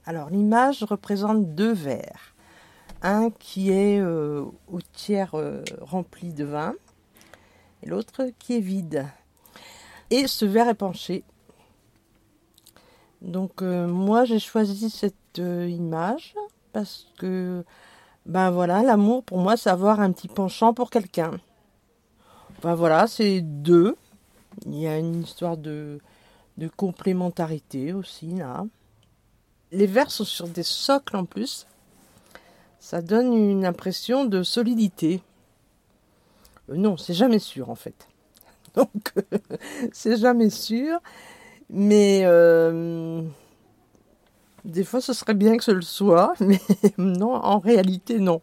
Alors, l'image représente deux verres. Un qui est au tiers rempli de vin et l'autre qui est vide. Et ce verre est penché. Donc, moi, j'ai choisi cette image parce que, ben voilà, l'amour, pour moi, c'est avoir un petit penchant pour quelqu'un. Ben voilà, c'est deux. Il y a une histoire de complémentarité aussi, là. Les verres sont sur des socles en plus. Ça donne une impression de solidité. Non, c'est jamais sûr en fait. Donc, c'est jamais sûr. Mais des fois, ce serait bien que ce le soit. Mais non, en réalité, non.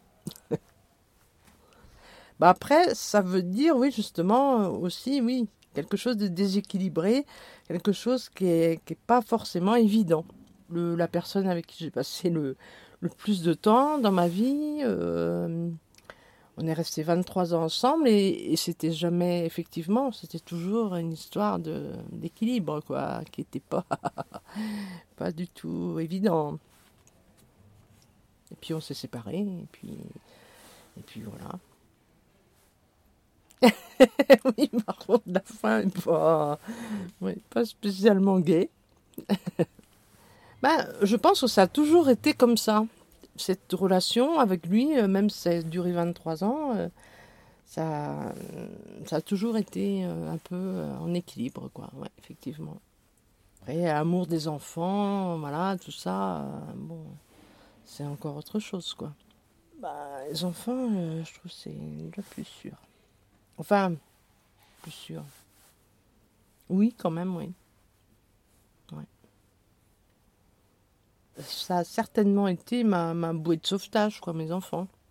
Bah après, ça veut dire, oui, justement, aussi, oui, quelque chose de déséquilibré, quelque chose qui est pas forcément évident. La personne avec qui j'ai passé le plus de temps dans ma vie, on est resté 23 ans ensemble et c'était jamais, effectivement, c'était toujours une histoire d'équilibre, quoi, qui n'était pas, pas du tout évident. Et puis on s'est séparés, et puis voilà. Oui, par contre, la fin n'est pas, oui, pas spécialement gay. Ben, je pense que ça a toujours été comme ça. Cette relation avec lui, même si ça a duré 23 ans, ça, ça a toujours été un peu en équilibre, quoi, ouais, effectivement. Après, amour des enfants, voilà, tout ça, bon, c'est encore autre chose, quoi. Bah, les enfants, je trouve que c'est le plus sûr. Enfin, plus sûr. Oui, quand même, oui. Ouais. Ça a certainement été ma bouée de sauvetage, quoi, mes enfants.